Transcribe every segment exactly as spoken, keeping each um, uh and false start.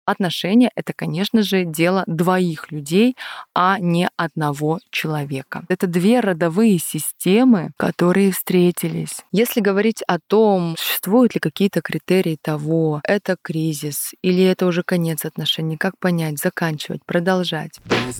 Отношения — это, конечно же, дело двоих людей, а не одного человека. Это две родовые системы, которые встретились. Если говорить о том, существуют ли какие-то критерии того, это кризис или это уже конец отношений, как понять, заканчивать, продолжать.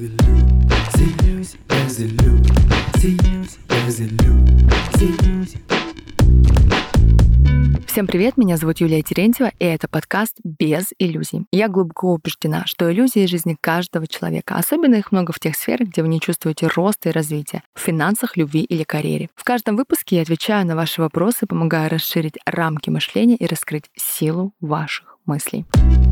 Всем привет, меня зовут Юлия Терентьева, и это подкаст «Без иллюзий». Я глубоко убеждена, что иллюзии жизни каждого человека, особенно их много в тех сферах, где вы не чувствуете роста и развития, в финансах, любви или карьере. В каждом выпуске я отвечаю на ваши вопросы, помогая расширить рамки мышления и раскрыть силу ваших мыслей.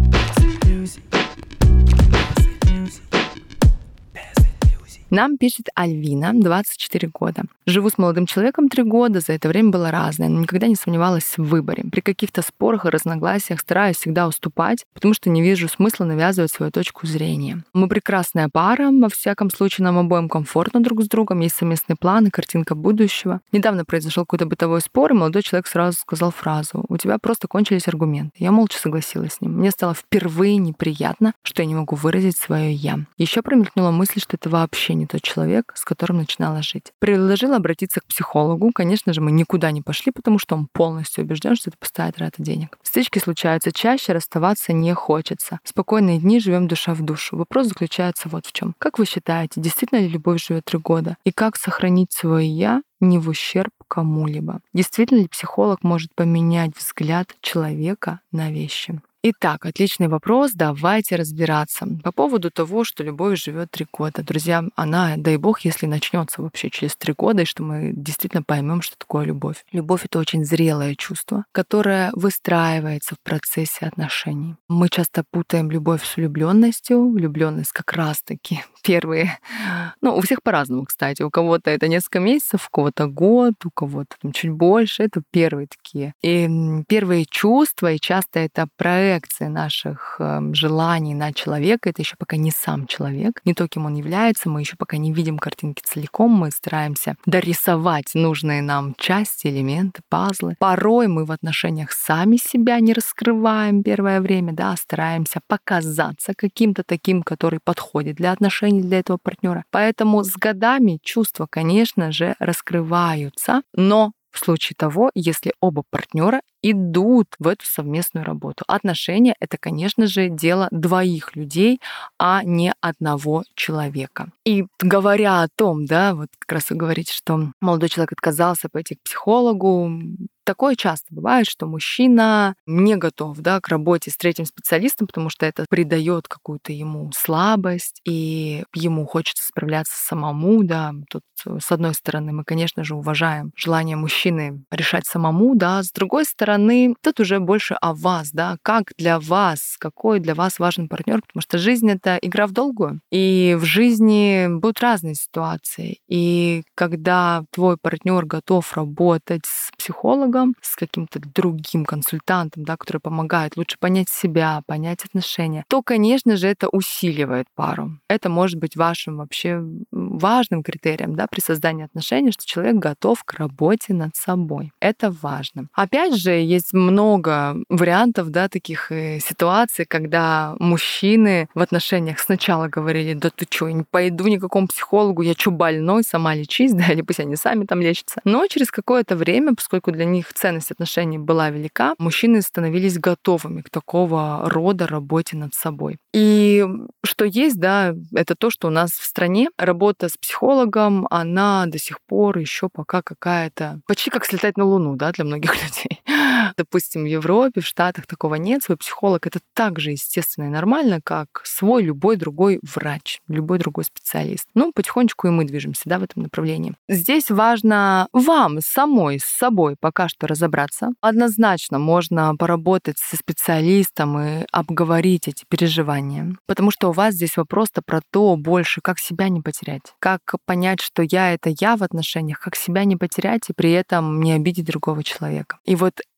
Нам пишет Альвина, двадцать четыре года. Живу с молодым человеком три года, за это время было разное, но никогда не сомневалась в выборе. При каких-то спорах и разногласиях стараюсь всегда уступать, потому что не вижу смысла навязывать свою точку зрения. Мы прекрасная пара, во всяком случае нам обоим комфортно друг с другом, есть совместный план и картинка будущего. Недавно произошел какой-то бытовой спор, и молодой человек сразу сказал фразу: «У тебя просто кончились аргументы». Я молча согласилась с ним. Мне стало впервые неприятно, что я не могу выразить свое «я». Еще промелькнула мысль, что это вообще не тот человек, с которым начинала жить. Предложила обратиться к психологу. Конечно же, мы никуда не пошли, потому что он полностью убежден, что это пустая трата денег. Стычки случаются чаще, расставаться не хочется. Спокойные дни, живем душа в душу. Вопрос заключается вот в чем. Как вы считаете, действительно ли любовь живет три года? И как сохранить свое «я» не в ущерб кому-либо? Действительно ли психолог может поменять взгляд человека на вещи? Итак, отличный вопрос, давайте разбираться. По поводу того, что любовь живет три года. Друзья, она, дай бог, если начнется вообще через три года, и что мы действительно поймем, что такое любовь. Любовь — это очень зрелое чувство, которое выстраивается в процессе отношений. Мы часто путаем любовь с влюбленностью. Влюбленность как раз-таки первые, ну, у всех по-разному, кстати. У кого-то это несколько месяцев, у кого-то год, у кого-то там чуть больше. Это первые такие. И первые чувства, и часто это проекция наших э, желаний на человека. Это еще пока не сам человек, не то, кем он является. Мы еще пока не видим картинки целиком. Мы стараемся дорисовать нужные нам части, элементы, пазлы. Порой мы в отношениях сами себя не раскрываем первое время, да, стараемся показаться каким-то таким, который подходит для отношений, для этого партнера. Поэтому с годами чувства, конечно же, раскрываются, но в случае того, если оба партнера идут в эту совместную работу. Отношения — это, конечно же, дело двоих людей, а не одного человека. И говоря о том, да, вот как раз вы говорите, что молодой человек отказался пойти к психологу, такое часто бывает, что мужчина не готов, да, к работе с третьим специалистом, потому что это придает какую-то ему слабость, и ему хочется справляться самому. Да. Тут, с одной стороны, мы, конечно же, уважаем желание мужчины решать самому, да, с другой стороны, тут уже больше о вас, да, как для вас, какой для вас важен партнер, потому что жизнь — это игра в долгую, и в жизни будут разные ситуации. И когда твой партнер готов работать с психологом, с каким-то другим консультантом, да, который помогает лучше понять себя, понять отношения, то, конечно же, это усиливает пару. Это может быть вашим вообще важным критерием, да, при создании отношений, что человек готов к работе над собой. Это важно. Опять же, есть много вариантов, да, таких ситуаций, когда мужчины в отношениях сначала говорили: да ты чё, я не пойду ни к какому психологу, я чё, больной, сама лечись, да, или пусть они сами там лечатся. Но через какое-то время, поскольку для них ценность отношений была велика, мужчины становились готовыми к такого рода работе над собой. И что есть, да, это то, что у нас в стране работа с психологом, она до сих пор еще пока какая-то почти как слетать на Луну, да, для многих людей. Допустим, в Европе, в Штатах такого нет. Свой психолог — это так же естественно и нормально, как свой любой другой врач, любой другой специалист. Ну, потихонечку и мы движемся, да, в этом направлении. Здесь важно вам самой, с собой пока что разобраться. Однозначно можно поработать со специалистом и обговорить эти переживания, потому что у вас здесь вопрос-то про то больше, как себя не потерять, как понять, что я — это я в отношениях, как себя не потерять и при этом не обидеть другого человека. И вот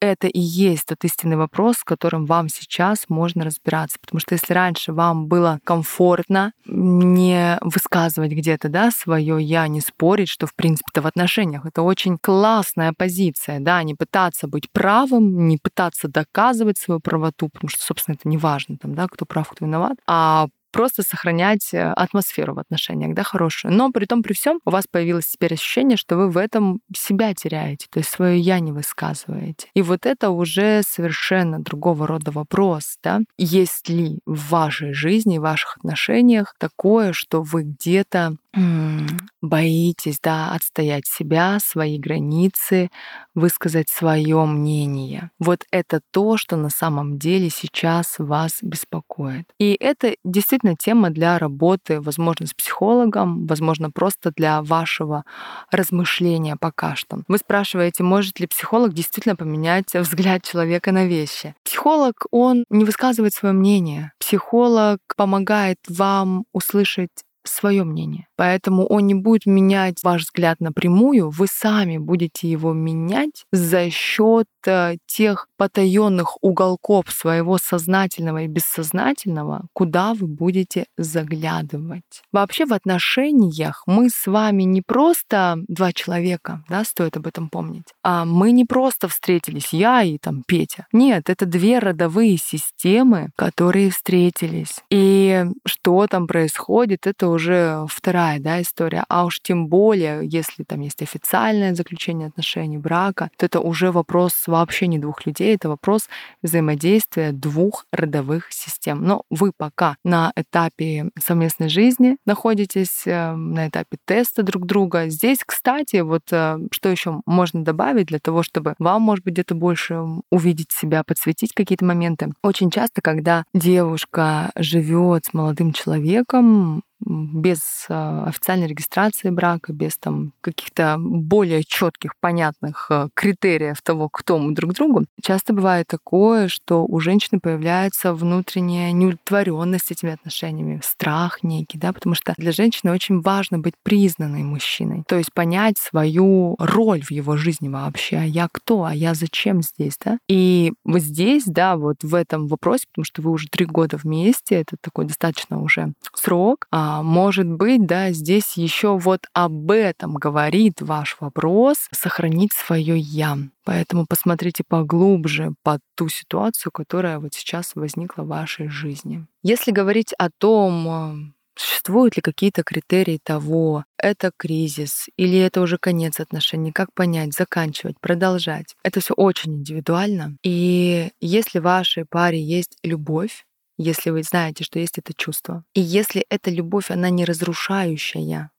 это и есть тот истинный вопрос, с которым вам сейчас можно разбираться. Потому что если раньше вам было комфортно не высказывать где-то, да, свое я, не спорить, что в принципе-то в отношениях это очень классная позиция, да, не пытаться быть правым, не пытаться доказывать свою правоту, потому что, собственно, это не важно, там, да, кто прав, кто виноват, а просто сохранять атмосферу в отношениях, да, хорошую. Но при том, при всем у вас появилось теперь ощущение, что вы в этом себя теряете, то есть свое я не высказываете. И вот это уже совершенно другого рода вопрос, да. Есть ли в вашей жизни, в ваших отношениях такое, что вы где-то боитесь, да, отстоять себя, свои границы, высказать свое мнение. Вот это то, что на самом деле сейчас вас беспокоит. И это действительно тема для работы, возможно, с психологом, возможно, просто для вашего размышления пока что. Вы спрашиваете, может ли психолог действительно поменять взгляд человека на вещи? Психолог, он не высказывает свое мнение. Психолог помогает вам услышать свое мнение. Поэтому он не будет менять ваш взгляд напрямую, вы сами будете его менять за счет тех потаенных уголков своего сознательного и бессознательного, куда вы будете заглядывать. Вообще в отношениях мы с вами не просто два человека, да, стоит об этом помнить, а мы не просто встретились, я и там Петя. Нет, это две родовые системы, которые встретились. И что там происходит, это уже вторая, да, история. А уж тем более, если там есть официальное заключение отношений, брака, то это уже вопрос вообще не двух людей, это вопрос взаимодействия двух родовых систем. Но вы пока на этапе совместной жизни находитесь, на этапе теста друг друга. Здесь, кстати, вот что еще можно добавить для того, чтобы вам, может быть, где-то больше увидеть себя, подсветить какие-то моменты. Очень часто, когда девушка живет с молодым человеком, без официальной регистрации брака, без там каких-то более четких, понятных критериев того, кто мы друг другу, часто бывает такое, что у женщины появляется внутренняя неудовлетворенность этими отношениями, страх некий, да, потому что для женщины очень важно быть признанной мужчиной, то есть понять свою роль в его жизни вообще, а я кто, а я зачем здесь, да. И вот здесь, да, вот в этом вопросе, потому что вы уже три года вместе, это такой достаточно уже срок, может быть, да, здесь еще вот об этом говорит ваш вопрос — сохранить свое я. Поэтому посмотрите поглубже под ту ситуацию, которая вот сейчас возникла в вашей жизни. Если говорить о том, существуют ли какие-то критерии того, это кризис или это уже конец отношений, как понять, заканчивать, продолжать, это все очень индивидуально. И если в вашей паре есть любовь, если вы знаете, что есть это чувство. И если эта любовь, она не разрушающая,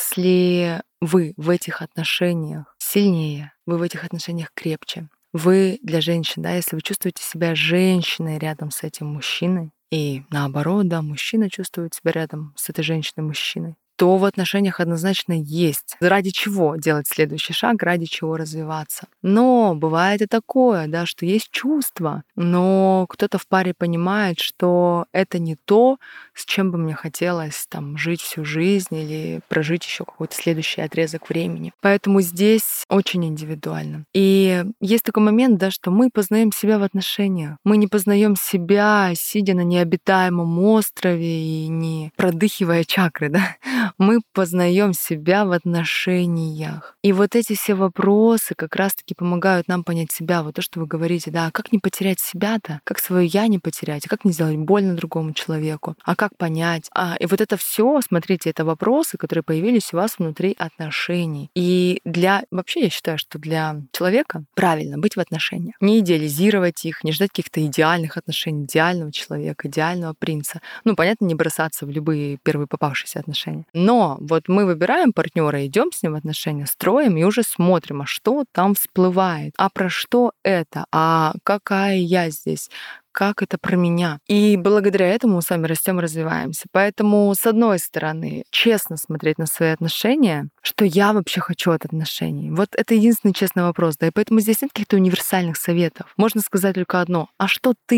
если вы в этих отношениях сильнее, вы в этих отношениях крепче, вы для женщин, да, если вы чувствуете себя женщиной рядом с этим мужчиной, и наоборот, да, мужчина чувствует себя рядом с этой женщиной-мужчиной, то в отношениях однозначно есть. Ради чего делать следующий шаг, ради чего развиваться. Но бывает и такое, да, что есть чувства, но кто-то в паре понимает, что это не то, с чем бы мне хотелось там жить всю жизнь или прожить еще какой-то следующий отрезок времени. Поэтому здесь очень индивидуально. И есть такой момент, да, что мы познаем себя в отношениях. Мы не познаем себя, сидя на необитаемом острове и не продыхивая чакры, да. Мы познаем себя в отношениях. И вот эти все вопросы как раз-таки помогают нам понять себя. Вот то, что вы говорите, да, как не потерять себя-то, как свое я не потерять, как не сделать больно другому человеку, а как понять. А, и вот это все, смотрите, это вопросы, которые появились у вас внутри отношений. И для, вообще я считаю, что для человека правильно быть в отношениях. Не идеализировать их, не ждать каких-то идеальных отношений, идеального человека, идеального принца. Ну, понятно, не бросаться в любые первые попавшиеся отношения. Но вот мы выбираем партнера, идем с ним в отношения, строим и уже смотрим, а что там всплывает, а про что это, а какая я здесь, как это про меня. И благодаря этому мы с вами растем и развиваемся. Поэтому, с одной стороны, честно смотреть на свои отношения, что я вообще хочу от отношений. Вот это единственный честный вопрос, да, и поэтому здесь нет каких-то универсальных советов. Можно сказать только одно: а что ты?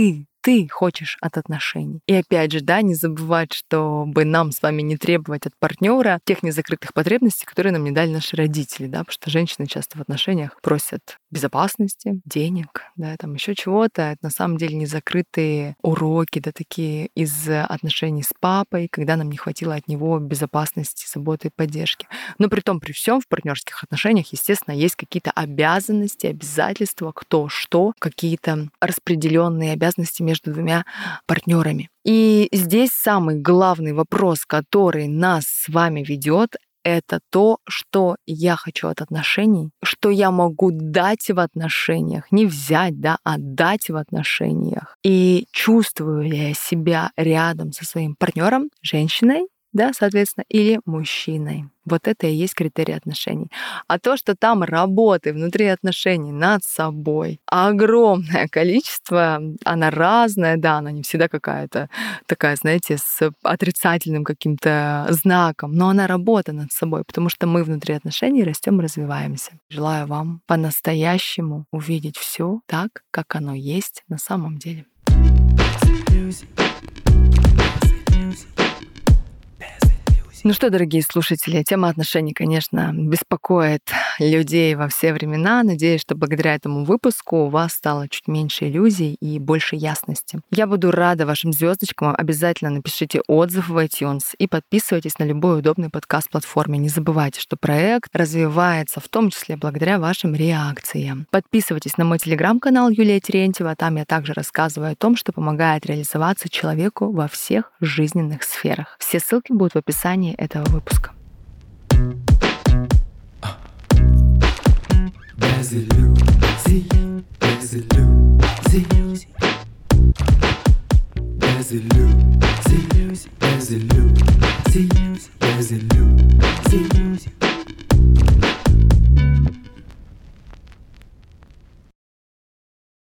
ты хочешь от отношений. И опять же, да, не забывать, чтобы нам с вами не требовать от партнера тех незакрытых потребностей, которые нам не дали наши родители, да, потому что женщины часто в отношениях просят безопасности, денег, да, там еще чего-то. Это на самом деле незакрытые уроки, да, такие из отношений с папой, когда нам не хватило от него безопасности, заботы и поддержки. Но при том, при всем в партнерских отношениях, естественно, есть какие-то обязанности, обязательства, кто что, какие-то распределенные обязанности между двумя партнерами. И здесь самый главный вопрос, который нас с вами ведет, это то, что я хочу от отношений, что я могу дать в отношениях, не взять, да, а дать в отношениях. И чувствую ли я себя рядом со своим партнером, женщиной, да, соответственно, или мужчиной. Вот это и есть критерий отношений. А то, что там работы внутри отношений над собой огромное количество, она разная, да, она не всегда какая-то такая, знаете, с отрицательным каким-то знаком, но она работа над собой, потому что мы внутри отношений растем и развиваемся. Желаю вам по-настоящему увидеть все так, как оно есть на самом деле. Ну что, дорогие слушатели, тема отношений, конечно, беспокоит людей во все времена. Надеюсь, что благодаря этому выпуску у вас стало чуть меньше иллюзий и больше ясности. Я буду рада вашим звездочкам. Обязательно напишите отзыв в iTunes и подписывайтесь на любой удобной подкаст-платформе. Не забывайте, что проект развивается в том числе благодаря вашим реакциям. Подписывайтесь на мой телеграм-канал Юлия Терентьева. Там я также рассказываю о том, что помогает реализоваться человеку во всех жизненных сферах. Все ссылки будут в описании этого выпуска. Без иллюзий, без иллюзий, без иллюзий, без иллюзий, без иллюзий.